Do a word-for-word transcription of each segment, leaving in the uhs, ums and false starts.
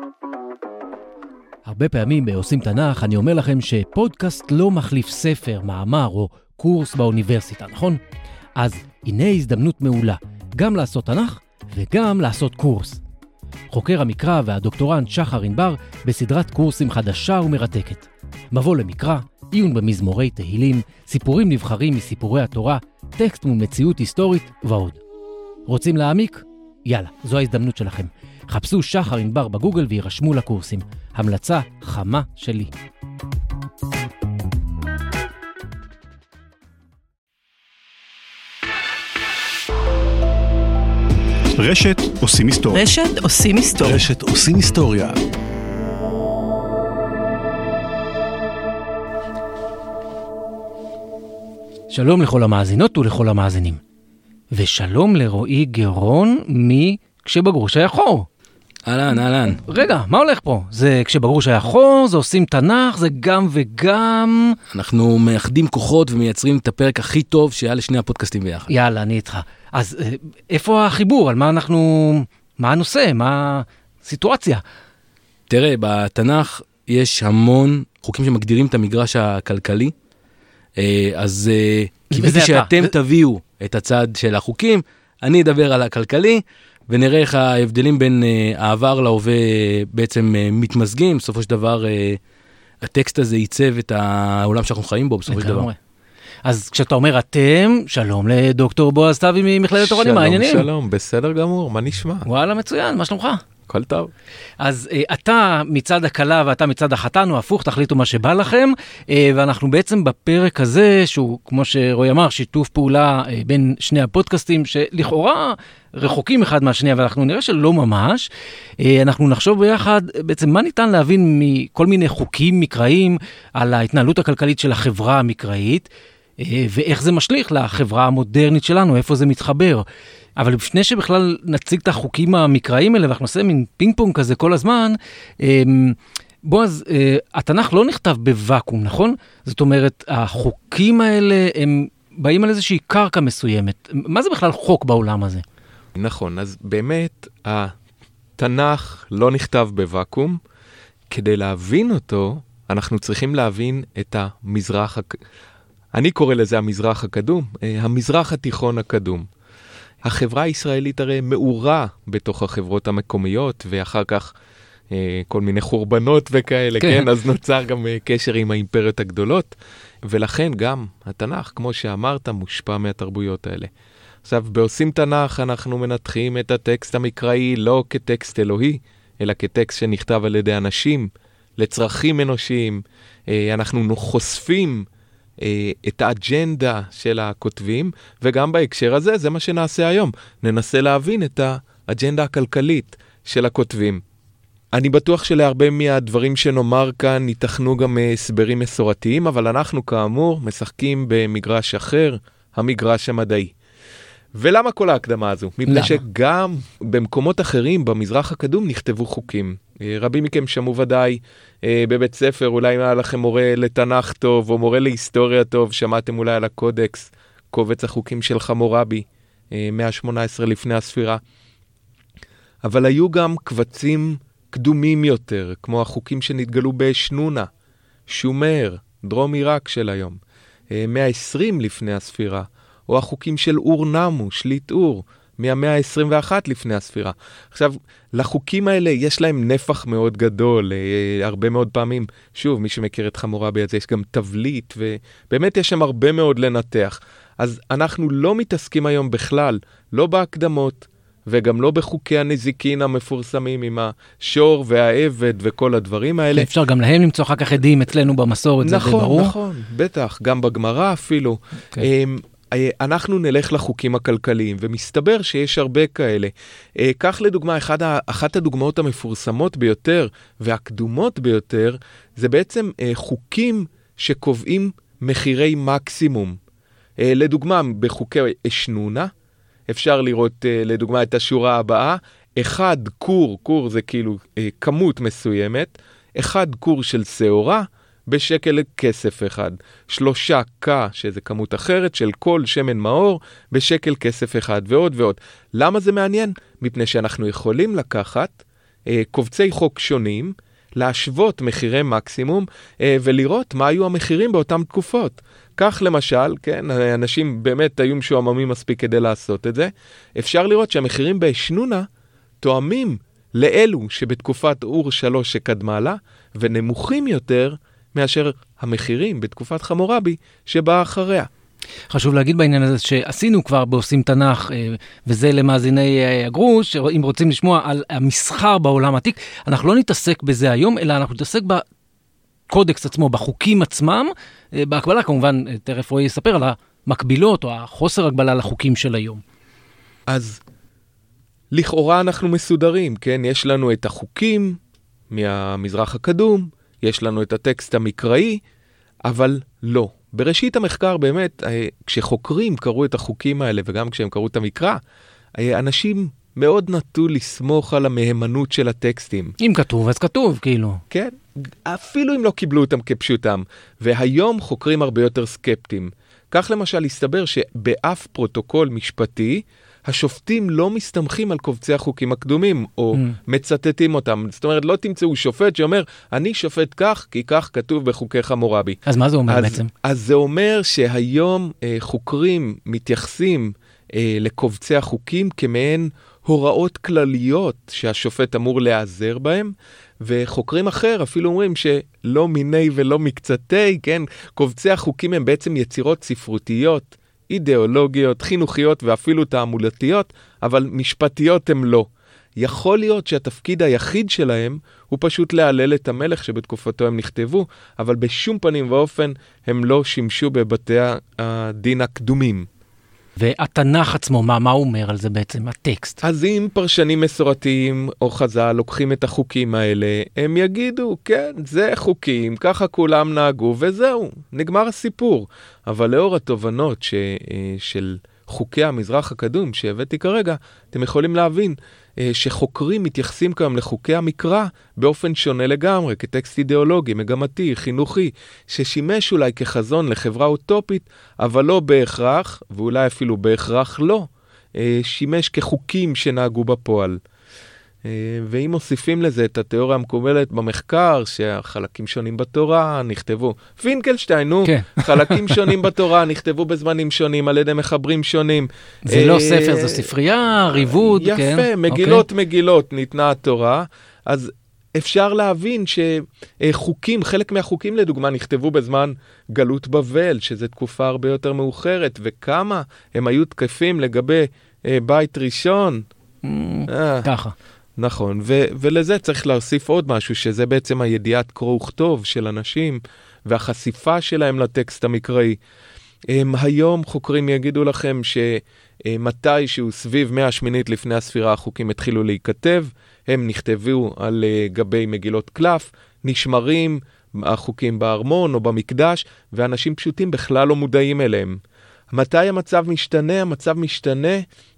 הרבה פעמים בעושים תנ"ך אני אומר לכם שפודקאסט לא מחליף ספר, מאמר או קורס באוניברסיטה, נכון? אז הנה הזדמנות מעולה, גם לעשות תנ"ך וגם לעשות קורס. חוקר המקרא והדוקטורנט שחר ענבר בסדרת קורסים חדשה ומרתקת. מבוא למקרא, עיון במזמורי תהילים, סיפורים נבחרים מסיפורי התורה, טקסט מול מציאות היסטורית ועוד. רוצים להעמיק? יאללה, זו ההזדמנות שלכם. חפשו שחר ענבר בגוגל וירשמו לקורסים. המלצה חמה שלי. רשת עושים היסטוריה. רשת עושים היסטוריה. רשת עושים היסטוריה. שלום לכל המאזינות ולכל המאזינים. ושלום לרועי גרון מכשבגרוש היה חור. אהלן, אהלן. רגע, מה הולך פה? זה כשבגרוש היה חור, זה עושים תנ"ך, זה גם וגם... אנחנו מאחדים כוחות ומייצרים את הפרק הכי טוב שהיה לשני הפודקאסטים ביחד. יאללה, אני איתך. אז איפה החיבור? על מה אנחנו... מה הנושא? מה הסיטואציה? תראה, בתנ"ך יש המון חוקים שמגדירים את המגרש הכלכלי, אז קיוויתי שאתם תביאו את הצד של החוקים, אני אדבר על הכלכלי, ונראה איך ההבדלים בין העבר להווה בעצם מתמזגים. בסופו של דבר, הטקסט הזה ייצב את העולם שאנחנו חיים בו, בסופו של דבר. אז כשאתה אומר אתם, שלום לדוקטור בועז טבי ממכללת אורנים, מה העניינים? שלום, שלום, בסדר גמור, מה נשמע? וואלה, מצוין, מה שלומך? הכל טוב. אז אתה מצד הכלה ואתה מצד החתן, או הפוך, תחליטו מה שבא לכם, ואנחנו בעצם בפרק הזה, שהוא, כמו שרועי אמר, שיתוף פעולה בין שני הפודקאסטים, שלכאורה רחוקים אחד מהשני, אבל אנחנו נראה שלא ממש. אנחנו נחשוב ביחד, בעצם מה ניתן להבין מכל מיני חוקים מקראיים, על ההתנהלות הכלכלית של החברה המקראית, ואיך זה משליך לחברה המודרנית שלנו, איפה זה מתחבר. אבל לפני שבכלל נציג את החוקים המקראיים האלה, ואנחנו נעשה מין פינג פונג כזה כל הזמן, בועז, התנ"ך לא נכתב בוואקום, נכון? זאת אומרת, החוקים האלה הם באים על איזושהי קרקע מסוימת. מה זה בכלל חוק בעולם הזה? נכון, אז באמת התנ"ך לא נכתב בוואקום. כדי להבין אותו, אנחנו צריכים להבין את המזרח, אני קורא לזה המזרח הקדום, המזרח התיכון הקדום. החברה הישראלית הרי מאורה בתוך החברות המקומיות, ואחר כך אה, כל מיני חורבנות וכאלה, כן. כן? אז נוצר גם אה, קשר עם האימפריות הגדולות, ולכן גם התנ"ך, כמו שאמרת, מושפע מהתרבויות האלה. עכשיו, בעושים תנ"ך אנחנו מנתחים את הטקסט המקראי לא כטקסט אלוהי, אלא כטקסט שנכתב על ידי אנשים, לצרכים אנושיים. אה, אנחנו חושפים את האג'נדה של הכותבים, וגם בהקשר הזה, זה מה שנעשה היום. ננסה להבין את האג'נדה הכלכלית של הכותבים. אני בטוח שלהרבה מהדברים שנאמר כאן ייתכנו גם הסברים מסורתיים, אבל אנחנו כאמור משחקים במגרש אחר, המגרש המדעי. ולמה כל ההקדמה הזו? מפני שגם במקומות אחרים במזרח הקדום נכתבו חוקים. רבים מכם שמעו ודאי בבית ספר, אולי היה לכם מורה לתנ"ך טוב או מורה להיסטוריה טוב, שמעתם אולי על הקודקס, קובץ החוקים של חמורבי, מאה ה-שמונה עשרה לפני הספירה. אבל היו גם קבצים קדומים יותר, כמו החוקים שנתגלו בשנונה, שומר, דרום עיראק של היום, מאה ועשרים לפני הספירה, או החוקים של אור נמו, שליט אור, מהמאה ה-עשרים ואחת לפני הספירה. עכשיו, לחוקים האלה יש להם נפח מאוד גדול, אה, הרבה מאוד פעמים, שוב, מי שמכיר את חמורבי הזה, יש גם תבליט, ובאמת יש שם הרבה מאוד לנתח. אז אנחנו לא מתעסקים היום בכלל, לא בהקדמות, וגם לא בחוקי הנזיקין המפורסמים עם השור והעבד וכל הדברים האלה. אפשר גם להם למצוא אחר כך עדים אצלנו במסורת, נכון, זה ברור? נכון, נכון, בטח, גם בגמרא אפילו. Okay. אנחנו נלך לחוקים הכלכליים, ומסתבר שיש הרבה כאלה. כך לדוגמה, אחד, אחת הדוגמאות המפורסמות ביותר, והקדומות ביותר, זה בעצם חוקים שקובעים מחירי מקסימום. לדוגמה, בחוקי אשנונה, אפשר לראות לדוגמה את השורה הבאה, אחד קור, קור זה כאילו כמות מסוימת, אחד קור של שעורה, בשקל כסף אחד. שלושה קה, שזה כמות אחרת, של כל שמן מאור, בשקל כסף אחד, ועוד ועוד. למה זה מעניין? מפני שאנחנו יכולים לקחת קובצי חוק שונים, להשוות מחירי מקסימום ולראות מה היו המחירים באותם תקופות. כך למשל, כן, אנשים באמת היו משועממים מספיק כדי לעשות את זה, אפשר לראות שהמחירים באשנונה תואמים לאלו שבתקופת אור שלוש שקדמה לה, ונמוכים יותר מאשר המחירים בתקופת חמורבי שבאה אחריה. חשוב להגיד בעניין הזה שעשינו כבר בעושים תנ"ך, וזה למאזיני הגרוש, אם רוצים לשמוע על המסחר בעולם העתיק, אנחנו לא נתעסק בזה היום, אלא אנחנו נתעסק בקודקס עצמו, בחוקים עצמם, בהקבלה כמובן, תכף רועי יספר על המקבילות או החוסר הגבלה לחוקים של היום. אז לכאורה אנחנו מסודרים, כן? יש לנו את החוקים מהמזרח הקדום, יש לנו את הטקסט המקראי, אבל לא. בראשית המחקר באמת, כשחוקרים קראו את החוקים האלה, וגם כשהם קראו את המקרא, אנשים מאוד נטו לסמוך על המהימנות של הטקסטים. אם כתוב, אז כתוב, כאילו. כן, אפילו אם לא קיבלו אותם כפשוטם. והיום חוקרים הרבה יותר סקפטיים. כך למשל הסתבר שבאף פרוטוקול משפטי, השופטים לא מסתמכים על קובצי החוקים הקדומים, או mm. מצטטים אותם. זאת אומרת, לא תמצאו שופט שאומר, אני שופט כך, כי כך כתוב בחוקי חמורבי. אז מה זה אומר אז, בעצם? אז זה אומר שהיום אה, חוקרים מתייחסים אה, לקובצי החוקים כמעין הוראות כלליות שהשופט אמור להיעזר בהם, וחוקרים אחר אפילו אומרים שלא מיני ולא מקצתי, כן? קובצי החוקים הם בעצם יצירות ספרותיות, אידיאולוגיות, חינוכיות ואפילו תעמולתיות, אבל משפטיות הם לא. יכול להיות שהתפקיד היחיד שלהם הוא פשוט להלל את המלך שבתקופתו הם נכתבו, אבל בשום פנים ואופן הם לא שימשו בבתי הדין הקדומים. והתנ"ך עצמו, מה, מה הוא אומר על זה בעצם, הטקסט? אז אם פרשנים מסורתיים או חז"ל לוקחים את החוקים האלה, הם יגידו, כן, זה חוקים, ככה כולם נהגו, וזהו, נגמר הסיפור. אבל לאור התובנות ש, של חוקי המזרח הקדום שהבאתי כרגע, אתם יכולים להבין שחוקרים מתייחסים כאן לחוקי המקרא באופן שונה לגמרי, כטקסט אידיאולוגי, מגמתי, חינוכי, ששימש אולי כחזון לחברה אוטופית, אבל לא בהכרח, ואולי אפילו בהכרח לא, שימש כחוקים שנהגו בפועל. ואם מוסיפים לזה את התיאוריה המקובלת במחקר, שהחלקים שונים בתורה נכתבו, פינקלשטיין, נו, כן. חלקים שונים בתורה נכתבו בזמנים שונים, על ידי מחברים שונים. זה לא ספר, זו ספרייה, ריבוד, יפה, כן. יפה, מגילות okay. מגילות ניתנה התורה, אז אפשר להבין שחוקים, חלק מהחוקים לדוגמה נכתבו בזמן גלות בבל, שזו תקופה הרבה יותר מאוחרת, וכמה הם היו תקפים לגבי בית ראשון. Mm, ככה. נכון, ו- ולזה צריך להוסיף עוד משהו, שזה בעצם הידיעת קרוא וכתוב של אנשים, והחשיפה שלהם לטקסט המקראי. הם, היום חוקרים יגידו לכם שמתי שהוא סביב מאה השמינית לפני הספירה, החוקים התחילו להיכתב, הם נכתבו על גבי מגילות קלף, נשמרים החוקים בארמון או במקדש, ואנשים פשוטים בכלל לא מודעים אליהם. מתי המצב משתנה? המצב משתנה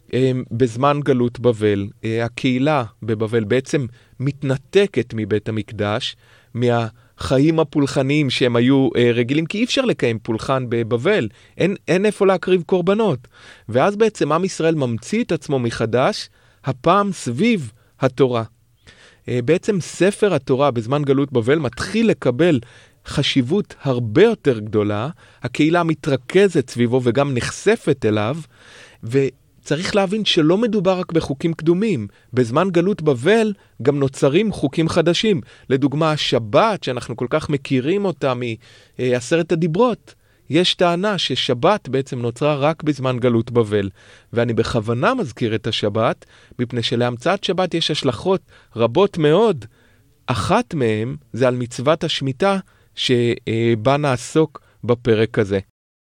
בזמן גלות בבל. הקהילה בבבל בעצם מתנתקת מבית המקדש, מהחיים הפולחניים שהם היו רגילים, כי אי אפשר לקיים פולחן בבבל, אין, אין איפה להקריב קורבנות. ואז בעצם עם ישראל ממציא את עצמו מחדש, הפעם סביב התורה. בעצם ספר התורה בזמן גלות בבל מתחיל לקבל חשיבות הרבה יותר גדולה, הקהילה מתרכזת סביבו וגם נחשפת אליו, וצריך להבין שלא מדובר רק בחוקים קדומים. בזמן גלות בבל גם נוצרים חוקים חדשים. לדוגמה, השבת, שאנחנו כל כך מכירים אותה מעשרת הדיברות, יש טענה ששבת בעצם נוצרה רק בזמן גלות בבל. ואני בכוונה מזכיר את השבת, מפני שלהמצאת שבת יש השלכות רבות מאוד. אחת מהן זה על מצוות השמיטה, שבה נעסוק בפרק הזה.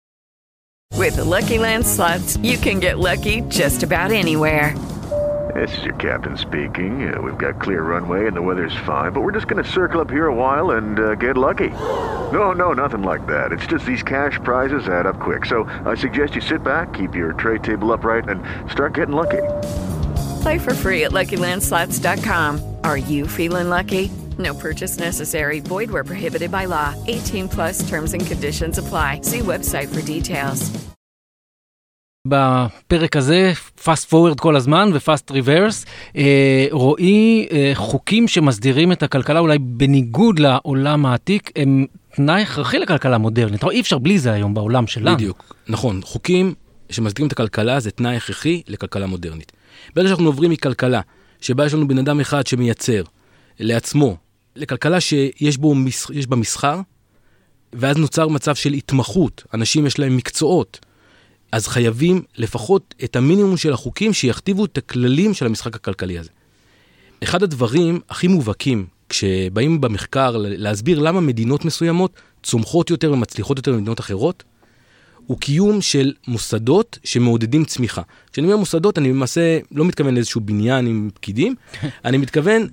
With the Lucky Land Slots, you can get lucky just about anywhere. This is your captain speaking. Uh, we've got clear runway and the weather's fine, but we're just going to circle up here a while and uh, get lucky. No, no, nothing like that. It's just these cash prizes add up quick. So I suggest you sit back, keep your tray table upright, and start getting lucky. Play for free at lucky land slots dot com. Are you feeling lucky? No purchase necessary. Void where prohibited by law. eighteen plus terms and conditions apply. See website for details. בפרק הזה, fast forward כל הזמן ו-fast reverse, אה, רואי אה, חוקים שמסדירים את הכלכלה, אולי בניגוד לעולם העתיק, הם תנאי הכרחי לכלכלה מודרנית. אי אפשר בלי זה היום בעולם שלנו. בדיוק, נכון. חוקים שמסדירים את הכלכלה זה תנאי הכרחי לכלכלה מודרנית. ברגע שאנחנו עוברים מכלכלה, שבה יש לנו בן אדם אחד שמייצר לעצמו, לכלכלה שיש בו, יש בה מסחר, ואז נוצר מצב של התמחות, אנשים יש להם מקצועות, אז חייבים לפחות את המינימום של החוקים שיכתיבו את הכללים של המשחק הכלכלי הזה. אחד הדברים הכי מובהקים, כשבאים במחקר להסביר למה מדינות מסוימות צומחות יותר ומצליחות יותר ממדינות אחרות, הוא קיום של מוסדות שמעודדים צמיחה. כשאני אומר מוסדות, אני למעשה לא מתכוון לאיזשהו בניין עם פקידים, אני מתכוון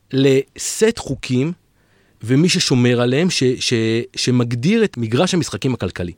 לסט חוקים, ומי ששומר עליהם, ש, ש, שמגדיר את מגרש המשחקים הכלכלי.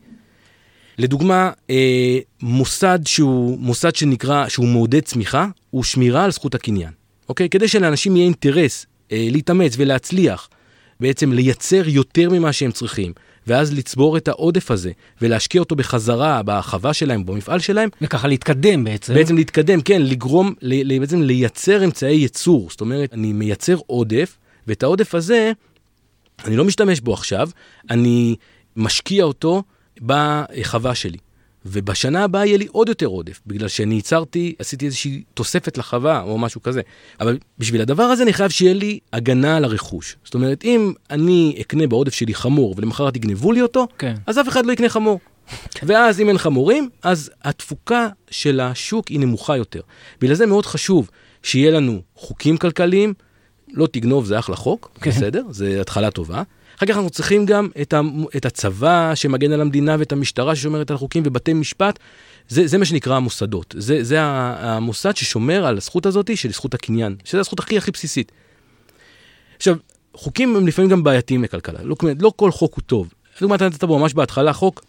לדוגמה, אה, מוסד שהוא, מוסד שנקרא, שהוא מעודד צמיחה, הוא שמירה על זכות הקניין. אוקיי? כדי שלאנשים יהיה אינטרס אה, להתאמץ ולהצליח, בעצם לייצר יותר ממה שהם צריכים, ואז לצבור את העודף הזה, ולהשקיע אותו בחזרה, בחווה שלהם, במפעל שלהם. וככה להתקדם בעצם. בעצם להתקדם, כן, לגרום, ל, בעצם לייצר אמצעי ייצור. זאת אומרת, אני מייצר עודף, ואת העודף הזה, אני לא משתמש בו עכשיו, אני משקיע אותו בחווה שלי. ובשנה הבאה יהיה לי עוד יותר עודף, בגלל שאני ייצרתי, עשיתי איזושהי תוספת לחווה, או משהו כזה. אבל בשביל הדבר הזה אני חייב שיהיה לי הגנה על הרכוש. זאת אומרת, אם אני אקנה בעודף שלי חמור, ולמחרת יגנבו לי אותו, כן. אז אף אחד לא יקנה חמור. ואז אם אין חמורים, אז התפוקה של השוק היא נמוכה יותר. בגלל זה מאוד חשוב שיהיה לנו חוקים כלכליים, לא תגנוב, זה אחלה חוק, כן. בסדר, זה התחלה טובה. אחר כך אנחנו צריכים גם את, ה, את הצבא שמגן על המדינה ואת המשטרה ששומרת על החוקים ובתי משפט. זה, זה מה שנקרא המוסדות. זה, זה המוסד ששומר על הזכות הזאת של זכות הקניין, שזו הזכות הכי הכי בסיסית. עכשיו, חוקים הם לפעמים גם בעייתיים לכלכלה. לא, לא כל חוק הוא טוב. לדוגמה, אתה נתת בו ממש בהתחלה חוק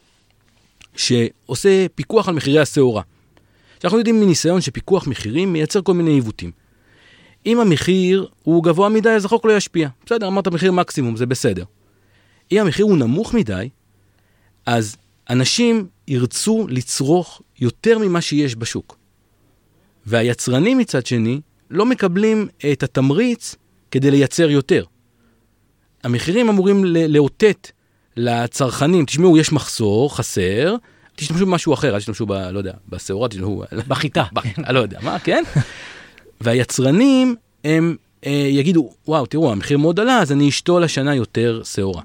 שעושה פיקוח על מחירי השעורה. שאנחנו יודעים מניסיון שפיקוח מחירים מייצר כל מיני עיוותים. אם המחיר הוא גבוה מדי, אז החוק לא ישפיע. בסדר, אמרת מחיר מקסימום, זה בסדר. אם המחיר הוא נמוך מדי, אז אנשים ירצו לצרוך יותר ממה שיש בשוק. והיצרנים מצד שני לא מקבלים את התמריץ כדי לייצר יותר. המחירים אמורים לאותת לצרכנים, תשמעו, יש מחסור, חסר, תשתמשו במשהו אחר, תשתמשו ב, לא יודע, בשעורה, תשתמשו בחיטה. לא יודע, מה, כן? והיצרנים הם אה, יגידו, וואו, תראו, המחיר מאוד עלה, אז אני אשתול השנה יותר שעורה.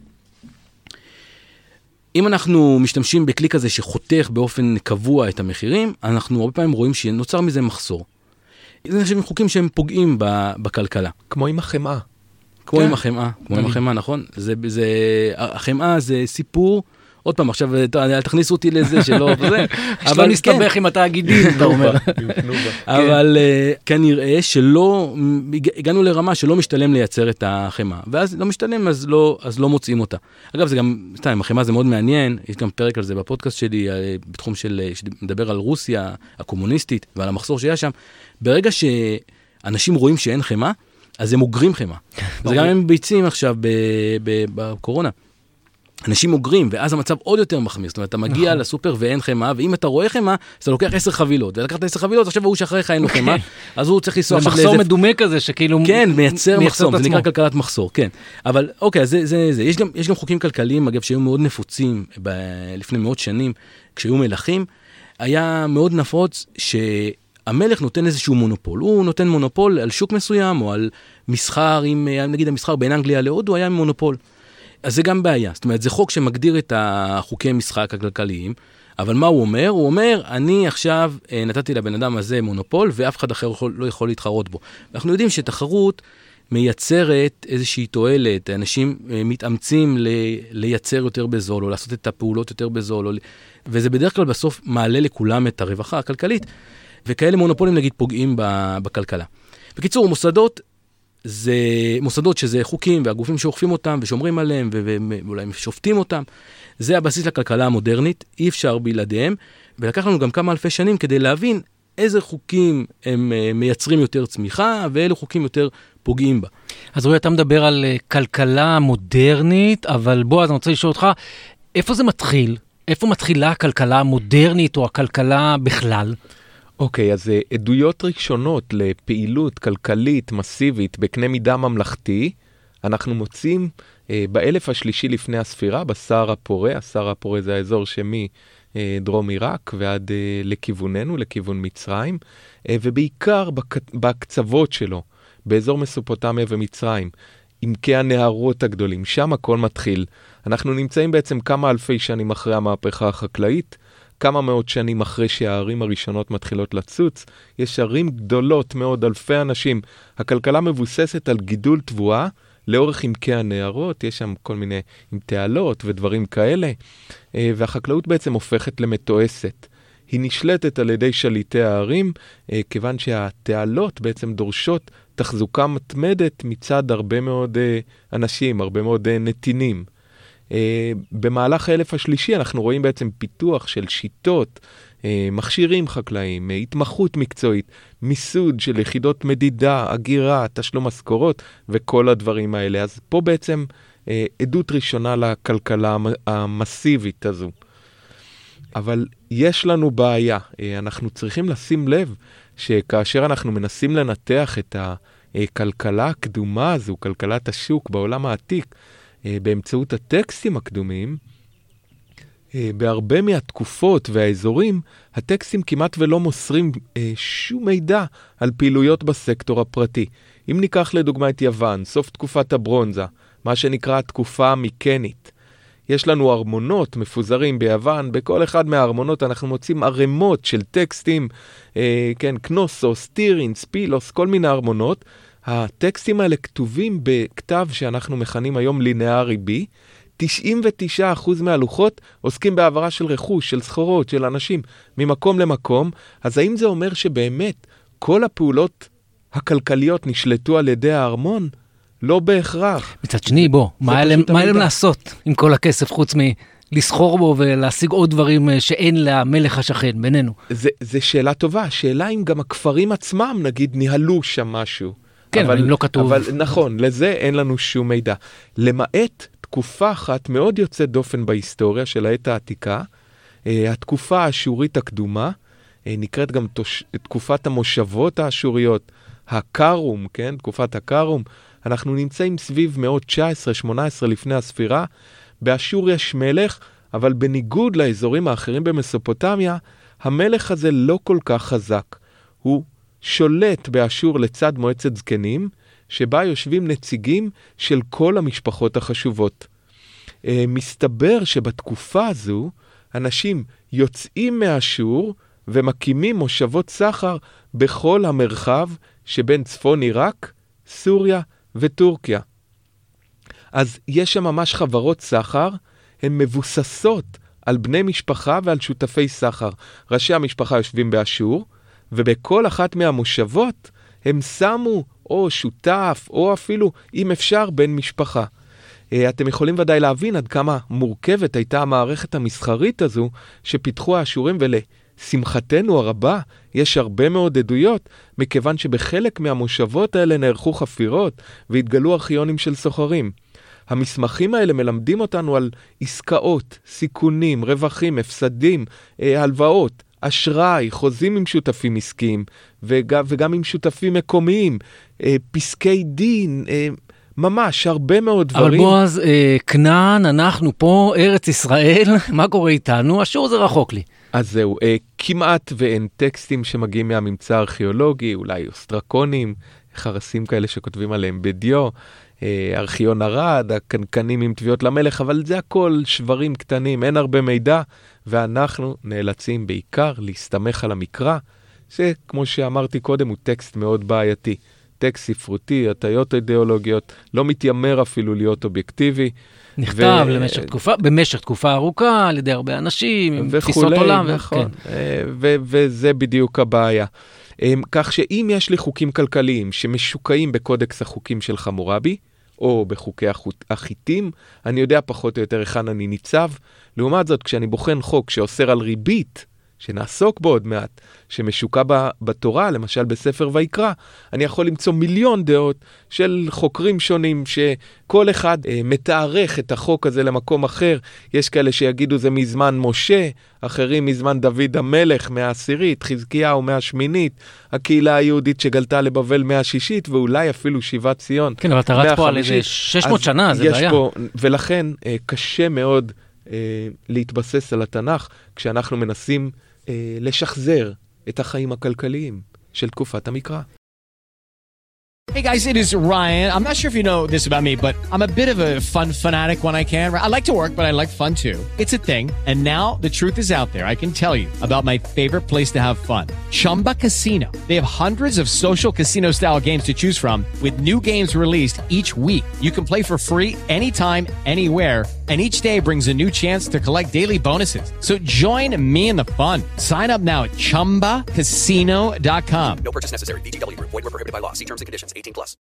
אם אנחנו משתמשים בכלי כזה שחותך באופן קבוע את המחירים, אנחנו הרבה פעמים רואים שנוצר מזה מחסור. זה נחשבים חוקים שהם פוגעים בכלכלה. כמו עם החמאה. כמו עם החמאה, כמו עם החמאה, נכון? זה, זה, החמאה זה סיפור, עוד פעם, עכשיו, אל תכניסו אותי לזה שלא, וזה. שלא נסתבך עם התאגידים, אתה אומר. אבל כנראה שלא, הגענו לרמה שלא משתלם לייצר את החמאה, ואז לא משתלם, אז לא מוצאים אותה. אגב, זה גם, סתם, החמאה זה מאוד מעניין, יש גם פרק על זה בפודקאסט שלי, בתחום של, שמדבר על רוסיה הקומוניסטית, ועל המחסור שהיה שם. ברגע שאנשים רואים שאין חמאה, אז הם אוגרים חמאה. זה גם הם ביצים עכשיו בקורונה. אנשים אוגרים, ואז המצב עוד יותר מחמיר. זאת אומרת, אתה מגיע לסופר ואין חמאה, ואם אתה רואה חמאה, אז אתה לוקח עשר חבילות. ולקחת עשר חבילות, עכשיו הוא שאחריך אין לו חמאה, אז הוא צריך לנסוע... זה מחסור מדומה כזה, שכאילו... כן, מייצר מחסור, זה נקרא כלכלת מחסור, כן. אבל אוקיי, זה, זה, זה. יש גם, יש גם חוקים כלכליים, אגב, שהיו מאוד נפוצים לפני מאות שנים, כשהיו מלכים, היה מאוד נפוץ שהמלך נותן איזשהו מונופול. הוא נותן מונופול על שוק מסוים, או על מסחר, עם, נגיד המסחר בין אנגליה להודו, היה מונופול. אז זה גם בעיה. זאת אומרת, זה חוק שמגדיר את החוקי משחק הכלכליים, אבל מה הוא אומר? הוא אומר, אני עכשיו נתתי לבן אדם הזה מונופול, ואף אחד אחר לא יכול להתחרות בו. אנחנו יודעים שתחרות מייצרת איזושהי תועלת, אנשים מתאמצים לייצר יותר בזול, או לעשות את הפעולות יותר בזול, וזה בדרך כלל בסוף מעלה לכולם את הרווחה הכלכלית, וכאלה מונופולים נגיד פוגעים בכלכלה. בקיצור, מוסדות, זה מוסדות שזה חוקים והגופים שאוכפים אותם ושומרים עליהם ואולי שופטים אותם. זה הבסיס לכלכלה המודרנית, אי אפשר בלעדיהם, ולקח לנו גם כמה אלפי שנים כדי להבין איזה חוקים הם מייצרים יותר צמיחה ואילו חוקים יותר פוגעים בה. אז רואי, אתה מדבר על כלכלה מודרנית, אבל בוא, אז אני רוצה לשאול אותך, איפה זה מתחיל? איפה מתחילה הכלכלה המודרנית או הכלכלה בכלל? אוקיי, אז עדויות ראשונות לפעילות כלכלית מסיבית בקנה מידה ממלכתי, אנחנו מוצאים אה, באלף השלישי לפני הספירה, בסהר הפורה. הסהר הפורה זה האזור שמדרום עיראק ועד אה, לכיווננו, לכיוון מצרים, אה, ובעיקר בק, בקצוות שלו, באזור מסופוטמיה ומצרים, עמקי הנהרות הגדולים, שם הכל מתחיל. אנחנו נמצאים בעצם כמה אלפי שנים אחרי המהפכה החקלאית, כמה מאות שנים אחרי שהערים הראשונות מתחילות לצוץ, יש ערים גדולות מאוד, אלפי אנשים. הכלכלה מבוססת על גידול תבואה, לאורך עמקי הנהרות, יש שם כל מיני עם תעלות ודברים כאלה, והחקלאות בעצם הופכת למתועסת. היא נשלטת על ידי שליטי הערים, כיוון שהתעלות בעצם דורשות תחזוקה מתמדת מצד הרבה מאוד אנשים, הרבה מאוד נתינים. במהלך האלף השלישי אנחנו רואים בעצם פיתוח של שיטות, מכשירים חקלאיים, התמחות מקצועית, מיסוד של יחידות מדידה, אגירה, תשלום משכורות וכל הדברים האלה. אז פה בעצם עדות ראשונה לכלכלה המסיבית הזו. אבל יש לנו בעיה, אנחנו צריכים לשים לב שכאשר אנחנו מנסים לנתח את הכלכלה הקדומה הזו, כלכלת השוק בעולם העתיק, באמצעות הטקסטים הקדומים, בהרבה מהתקופות והאזורים, הטקסטים כמעט ולא מוסרים שום מידע על פעילויות בסקטור הפרטי. אם ניקח לדוגמה את יוון, סוף תקופת הברונזה, מה שנקרא התקופה המיקנית, יש לנו ארמונות מפוזרים ביוון, בכל אחד מהארמונות אנחנו מוצאים ערימות של טקסטים, אה, כן, קנוסוס, טירינס, פילוס, כל מיני ארמונות. הטקסטים האלה כתובים בכתב שאנחנו מכנים היום לינארי בי, תשעים ותשעה אחוז מהלוחות עוסקים בעברה של רכוש, של סחורות, של אנשים, ממקום למקום. אז האם זה אומר שבאמת כל הפעולות הכלכליות נשלטו על ידי הארמון? לא בהכרח. מצד שני, בוא, מה היה להם לעשות עם כל הכסף חוץ מלסחור בו ולהשיג עוד דברים שאין למלך השכן בינינו? זה, זה שאלה טובה. שאלה אם גם הכפרים עצמם, נגיד, ניהלו שם משהו. כן, אבל, אבל לא כתוב. אבל נכון, לזה אין לנו שום מידע. למעט תקופה אחת מאוד יוצאת דופן בהיסטוריה של העת העתיקה, התקופה האשורית הקדומה, נקראת גם תוש... תקופת המושבות האשוריות, הקרום, כן? תקופת הקרום. אנחנו נמצאים סביב מאות תשע עשרה שמונה עשרה לפני הספירה. באשור יש מלך, אבל בניגוד לאזורים האחרים במסופוטמיה, המלך הזה לא כל כך חזק. הוא שולט באשור לצד מועצת זקנים, שבה יושבים נציגים של כל המשפחות החשובות. מסתבר שבתקופה הזו, אנשים יוצאים מאשור ומקימים מושבות סחר בכל המרחב שבין צפון עיראק, סוריה וטורקיה. אז יש שם ממש חברות סחר, הן מבוססות על בני משפחה ועל שותפי סחר. ראשי המשפחה יושבים באשור, ובכל אחת מהמושבות הם שמו או שותף או אפילו, אם אפשר, בן משפחה. אתם יכולים ודאי להבין עד כמה מורכבת הייתה המערכת המסחרית הזו שפיתחו האשורים, ולשמחתנו הרבה יש הרבה מאוד עדויות, מכיוון שבחלק מהמושבות האלה נערכו חפירות והתגלו ארכיונים של סוחרים. המסמכים האלה מלמדים אותנו על עסקאות, סיכונים, רווחים, הפסדים, הלוואות, אשראי, חוזים עם שותפים עסקיים וגם, וגם עם שותפים מקומיים, פסקי דין, ממש הרבה מאוד דברים. אבל בועז, כנען, אנחנו פה, ארץ ישראל, מה קורה איתנו? אשור זה רחוק לי. אז זהו, כמעט ואין טקסטים שמגיעים מהממצא הארכיאולוגי, אולי אוסטרקונים, חרסים כאלה שכותבים עליהם בדיו, ארכיון ארד, הקנקנים עם תביעות למלך, אבל זה הכל שברים קטנים, אין הרבה מידע, ואנחנו נאלצים בעיקר להסתמך על המקרא, שכמו שאמרתי קודם הוא טקסט מאוד בעייתי. טקסט ספרותי, הטיות אידיאולוגיות, לא מתיימר אפילו להיות אובייקטיבי. נכתב ו... למשך תקופה, במשך תקופה ארוכה, על ידי הרבה אנשים, עם תפיסות עולם. נכון, כן. ו- וזה בדיוק הבעיה. כך שאם יש לי חוקים כלכליים שמשוקעים בקודקס החוקים של חמורבי, או בחוקי החיתים, אני יודע פחות או יותר היכן אני ניצב. לעומת זאת, כשאני בוחן חוק שאוסר על ריבית, שנעסוק בו עוד מעט, שמשוקע בתורה, למשל בספר ויקרא, אני יכול למצוא מיליון דעות של חוקרים שונים, שכל אחד אה, מתארך את החוק הזה למקום אחר. יש כאלה שיגידו זה מזמן משה, אחרים מזמן דוד המלך, מהעשירית, חזקיהו מהשמינית, הקהילה היהודית שגלתה לבבל מהשישית, ואולי אפילו שיבת ציון. כן, אבל אתה רץ פה על איזה שש מאות שנה, זה בעיה. פה, ולכן אה, קשה מאוד אה, להתבסס על התנ"ך, כשאנחנו מנסים אה, לשחזר את החיים הכלכליים של תקופת המקרא. Hey guys, it is Ryan. I'm not sure if you know this about me, but I'm a bit of a fun fanatic when I can. I like to work, but I like fun too. It's a thing. And now the truth is out there. I can tell you about my favorite place to have fun. Chumba Casino. They have hundreds of social casino style games to choose from with new games released each week. You can play for free anytime, anywhere. And each day brings a new chance to collect daily bonuses. So join me in the fun. Sign up now at chumba casino dot com. No purchase necessary. V G W Group. Void where prohibited by law. See terms and conditions. eighteen plus.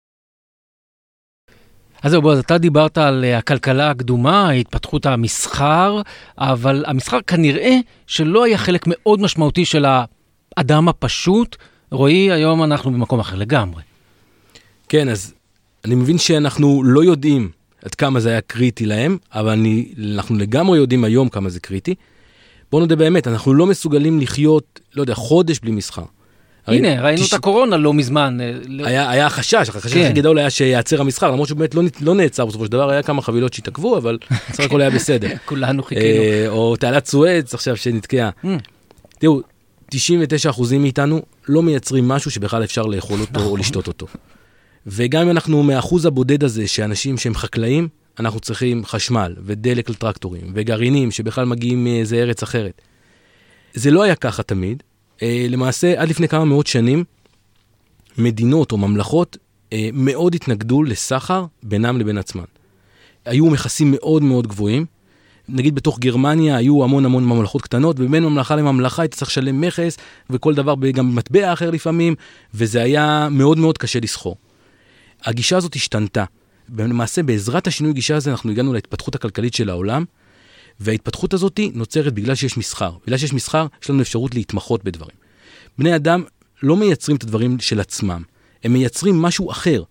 אז זהו, בוא, אתה דיברת על הכלכלה הקדומה, התפתחות המסחר, אבל המסחר כנראה שלא היה חלק מאוד משמעותי של האדם הפשוט. רואי, היום אנחנו במקום אחר לגמרי. כן, אז אני מבין שאנחנו לא יודעים עד כמה זה היה קריטי להם, אבל אני, אנחנו לגמרי יודעים היום כמה זה קריטי. בואו נדע באמת, אנחנו לא מסוגלים לחיות, לא יודע, חודש בלי מסחר. הנה, ראינו את הקורונה לא מזמן. היה החשש, החשש הכי גדול היה שיעצר המסחר, למרות שבאמת לא נעצר בסופו של דבר, היה כמה חבילות שהתעכבו, אבל סך הכל היה בסדר. כולנו חיכינו. או תעלת סואץ עכשיו שנתקעה. תראו, תשעים ותשעה אחוזים מאיתנו לא מייצרים משהו שבכלל אפשר לאכול אותו או לשתות אותו. וגם אם אנחנו מהאחוז הבודד הזה שאנשים שהם חקלאים, אנחנו צריכים חשמל ודלק לטרקטורים וגרעינים שבכלל מגיעים מאיזה ארץ אחרת. זה לא היה ככה תמיד. למעשה, עד לפני כמה מאות שנים, מדינות או ממלכות מאוד התנגדו לסחר בינם לבין עצמן. היו מכסים מאוד מאוד גבוהים. נגיד בתוך גרמניה היו המון המון ממלכות קטנות, ובין ממלכה לממלכה הייתה צריך לשלם מכס, וכל דבר גם מטבע אחר לפעמים, וזה היה מאוד מאוד קשה לסחור. הגישה הזאת השתנתה. למעשה, בעזרת השינוי גישה הזה, אנחנו הגענו להתפתחות הכלכלית של העולם, וההתפתחות הזאת נוצרת בגלל שיש מסחר. בגלל שיש מסחר, יש לנו אפשרות להתמחות בדברים. בני אדם לא מייצרים את הדברים של עצמם. הם מייצרים משהו אחר,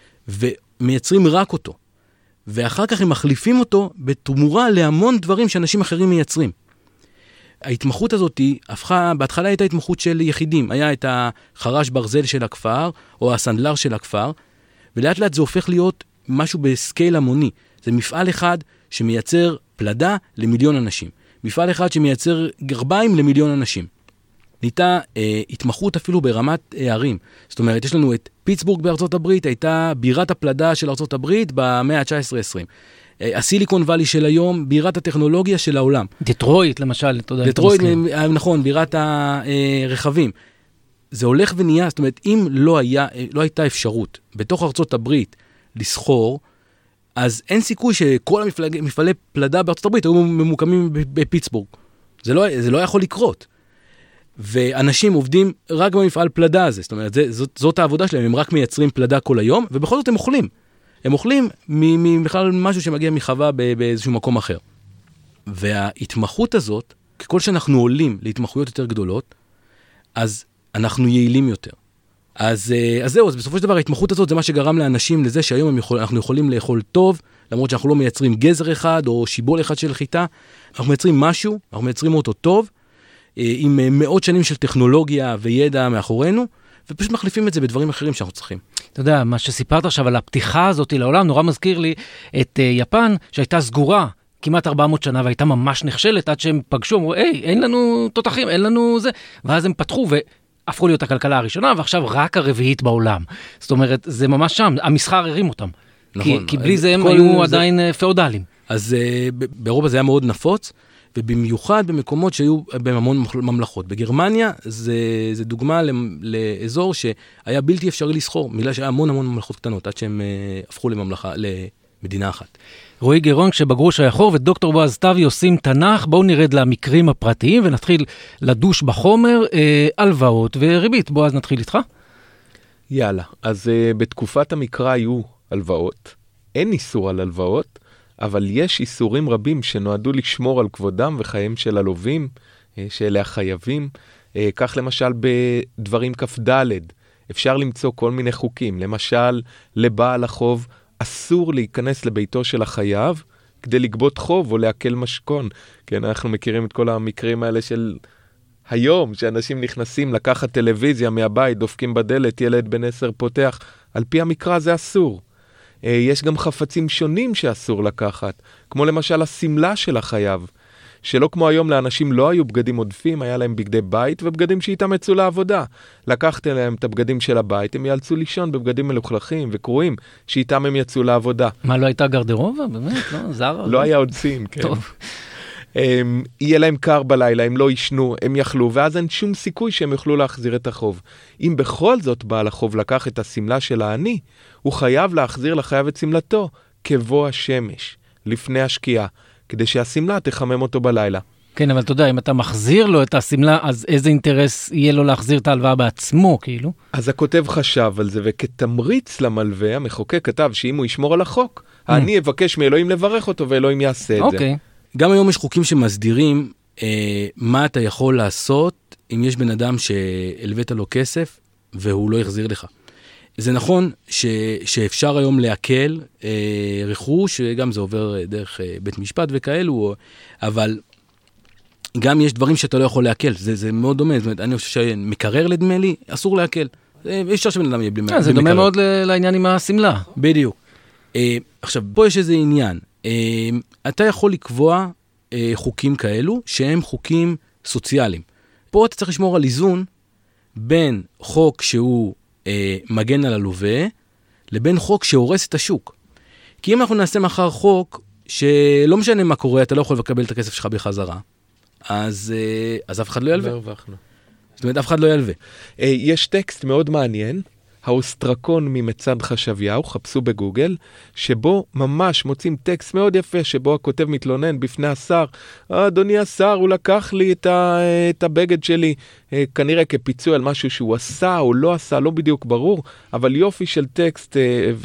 ומייצרים רק אותו. ואחר כך הם מחליפים אותו בתמורה להמון דברים שאנשים אחרים מייצרים. ההתמחות הזאת הפכה, בהתחלה הייתה התמחות של יחידים. היה את החרש ברזל של הכפר, או הסנדלר של הכפר, ולאט לאט זה הופך להיות משהו בסקייל המוני. זה מפעל אחד שמייצר פלדה למיליון אנשים. מפעל אחד שמייצר גרביים למיליון אנשים. ניתה אה, התמחות אפילו ברמת הערים. זאת אומרת, יש לנו את פיטסבורג בארצות הברית, הייתה בירת הפלדה של ארצות הברית במאה ה-תשע עשרה עשרים. אה, הסיליקון ואלי של היום, בירת הטכנולוגיה של העולם. דטרויט למשל, אתה יודע. דטרויט, נכון, בירת הרכבים. זה הולך ונהיה, זאת אומרת, אם לא, היה, לא הייתה אפשרות בתוך ארצות הברית לסחור, אז אין סיכוי שכל המפעלי, מפעלי פלדה בארצות הברית היו ממוקמים בפיטסבורג. זה לא, זה לא יכול לקרות. ואנשים עובדים רק במפעל פלדה הזה. זאת אומרת, זה, זאת, זאת העבודה שלהם. הם רק מייצרים פלדה כל היום, ובכל זאת הם אוכלים. הם אוכלים מבכלל משהו שמגיע מחווה באיזשהו מקום אחר. וההתמחות הזאת, ככל שאנחנו עולים להתמחויות יותר גדולות, אז אנחנו יעילים יותר. אז, אז זהו, אז בסופו של דבר ההתמחות הזאת זה מה שגרם לאנשים לזה שהיום יכול, אנחנו יכולים לאכול טוב, למרות שאנחנו לא מייצרים גזר אחד או שיבול אחד של חיטה, אנחנו מייצרים משהו, אנחנו מייצרים אותו טוב, עם מאות שנים של טכנולוגיה וידע מאחורינו, ופשוט מחליפים את זה בדברים אחרים שאנחנו צריכים. אתה יודע, מה שסיפרת עכשיו על הפתיחה הזאת לעולם, נורא מזכיר לי את יפן, שהייתה סגורה כמעט ארבע מאות שנה, והייתה ממש נכשלת, עד שהם פגשו, אמרו, היי, אין לנו תותחים, אין לנו זה, ואז הם פתחו והפכו להיות הכלכלה הראשונה, ועכשיו רק הרביעית בעולם. זאת אומרת, זה ממש שם, המסחר הרים אותם. נכון. כי, כי בלי זה הם היו זה... עדיין פאודלים. אז uh, באירופה זה היה מאוד נפוץ, ובמיוחד במקומות שהיו בהמון ממלכות. בגרמניה זה, זה דוגמה לאזור שהיה בלתי אפשרי לסחור, בגלל שהיה המון המון ממלכות קטנות, עד שהם uh, הפכו לממלכה, למדינה אחת. רועי גרון, כשבגרוש היחור ודוקטור בועז סתיוי עושים תנ"ך, בואו נרד למקרים הפרטיים ונתחיל לדוש בחומר, אה, הלוואות וריבית. בועז, נתחיל איתך? יאללה, אז אה, בתקופת המקרא היו הלוואות, אין איסור על הלוואות, אבל יש איסורים רבים שנועדו לשמור על כבודם וחיים של הלווים, שאלה החייבים. כך למשל בדברים כף ד' אפשר למצוא כל מיני חוקים. למשל, לבעל החוב אסור להיכנס לביתו של החייב כדי לגבות חוב או להקל משכון. כן, אנחנו מכירים את כל המקרים האלה של היום, שאנשים נכנסים לקחת טלוויזיה מהבית, דופקים בדלת, ילד בן עשר פותח. על פי המקרא זה אסור. יש גם חפצים שונים שאסור לקחת, כמו למשל הסמלה של החייב, שלא כמו היום לאנשים לא היו בגדים עודפים, היה להם בגדי בית ובגדים שאיתם יצאו לעבודה. לקחת להם את הבגדים של הבית, הם יאלצו לישון בבגדים מלוכלכים וקרועים, שאיתם הם יצאו לעבודה. מה, לא הייתה גרדרובה? באמת, לא? זר? לא היה עוד סין, כן. טוב. הם, יהיה להם קר בלילה, הם לא ישנו, הם יכלו, ואז אין שום סיכוי שהם יוכלו להחזיר את החוב. אם בכל זאת בעל החוב לקח את הסמלה של העני, הוא חייב להחזיר לחייב את סמלתו כבוא השמש, לפני השקיעה, כדי שהסמלה תחמם אותו בלילה. כן, אבל אתה יודע, אם אתה מחזיר לו את הסמלה, אז איזה אינטרס יהיה לו להחזיר את ההלוואה בעצמו, כאילו? אז הכותב חשב על זה, וכתמריץ למלווה, המחוקק כתב שאם הוא ישמור על החוק, העני יבקש מאלוהים לברך אותו, ואלוהים יעשה את זה. אוקיי. גם היום יש חוקים שמסדירים אה, מה אתה יכול לעשות אם יש בן אדם שהלווית לו כסף והוא לא יחזיר לך. זה נכון ש, שאפשר היום להקל אה, רכוש, גם זה עובר דרך אה, בית משפט וכאלו, אבל גם יש דברים שאתה לא יכול להקל, זה, זה מאוד דומה, זאת אומרת, אני חושב שמקרר לדמה לי, אסור להקל. אפשר שבן אדם יהיה בלי מקרר. זה דומה מאוד לעניין עם הסמלה. בדיוק. אה, עכשיו, פה יש איזה עניין. אתה יכול לקבוע חוקים כאלו שהם חוקים סוציאליים. פה אתה צריך לשמור על איזון בין חוק שהוא מגן על הלווה לבין חוק שהורס את השוק. כי אם אנחנו נעשה מחר חוק שלא משנה מה קורה, אתה לא יכול לקבל את הכסף שלך בחזרה, אז, אז אף אחד לא ילווה. זאת אומרת, אף אחד לא ילווה. יש טקסט מאוד מעניין, האוסטרקון ממצד חשביהו, חפשו בגוגל, שבו ממש מוצאים טקסט מאוד יפה, שבו הכותב מתלונן בפני השר, אדוני השר, הוא לקח לי את, ה, את הבגד שלי, כנראה כפיצוי על משהו שהוא עשה או לא עשה, לא בדיוק ברור, אבל יופי של טקסט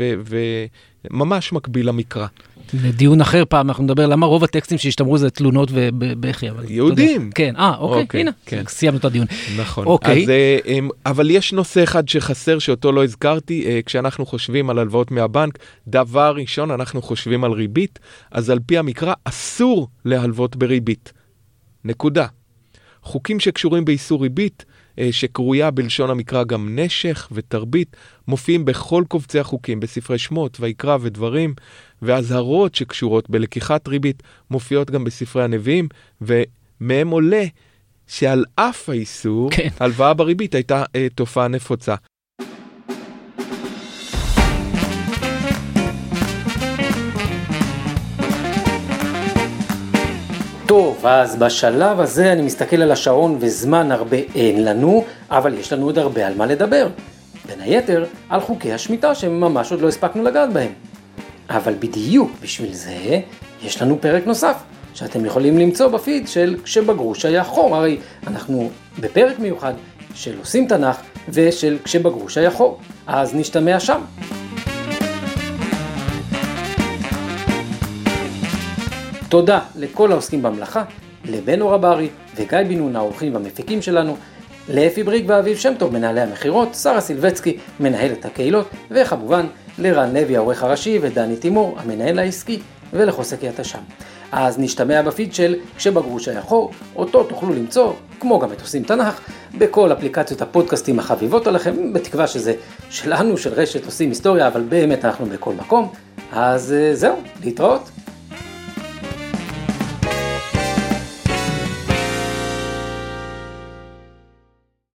וממש מקביל למקרא. לדיון אחר פעם, אנחנו נדבר למה רוב הטקסטים שהשתמרו זה תלונות ובכי. יהודים. כן, אה, אוקיי, הנה, סיימנו את הדיון. נכון. אוקיי. אבל יש נושא אחד שחסר שאותו לא הזכרתי, כשאנחנו חושבים על הלוואות מהבנק, דבר ראשון, אנחנו חושבים על ריבית, אז על פי המקרא אסור להלוות בריבית. נקודה. חוקים שקשורים באיסור ריבית, שקרויה בלשון המקרא גם נשך ותרבית, מופיעים בכל קובצי החוקים, בספרי שמות, ויקרא ודברים, והזהרות שקשורות בלקיחת ריבית מופיעות גם בספרי הנביאים, ומהם עולה שעל אף האיסור, כן. הלוואה בריבית הייתה אה, תופעה נפוצה. טוב, אז בשלב הזה אני מסתכל על השעון וזמן הרבה אין לנו, אבל יש לנו עוד הרבה על מה לדבר. בין היתר, על חוקי השמיטה שממש עוד לא הספקנו לגעת בהם. אבל בדיוק בשביל זה יש לנו פרק נוסף, שאתם יכולים למצוא בפיד של כשבגרוש היה חור. הרי אנחנו בפרק מיוחד של עושים תנ"ך ושל כשבגרוש היה חור. אז נשתמע שם. תודה לכל העוסקים במלאכה, לבן אור הברי וגיא בן-נון העורכים והמפיקים שלנו, לאפי בריק ואביב שם טוב מנהלי המחירות, שרה סילבצקי מנהלת הקהילות, וכמובן לרן לוי העורך הראשי ודני תימור המנהל העסקי, ולחוסקי התש"ם. אז נשתמע בפיד של כשבגרוש היה חור, אותו תוכלו למצוא, כמו גם את עושים תנ"ך, בכל אפליקציות הפודקאסטים החביבות עליכם, בתקווה שזה שלנו, של רשת עושים היסטוריה, אבל באמת אנחנו בכל מקום. אז זהו, להתראות.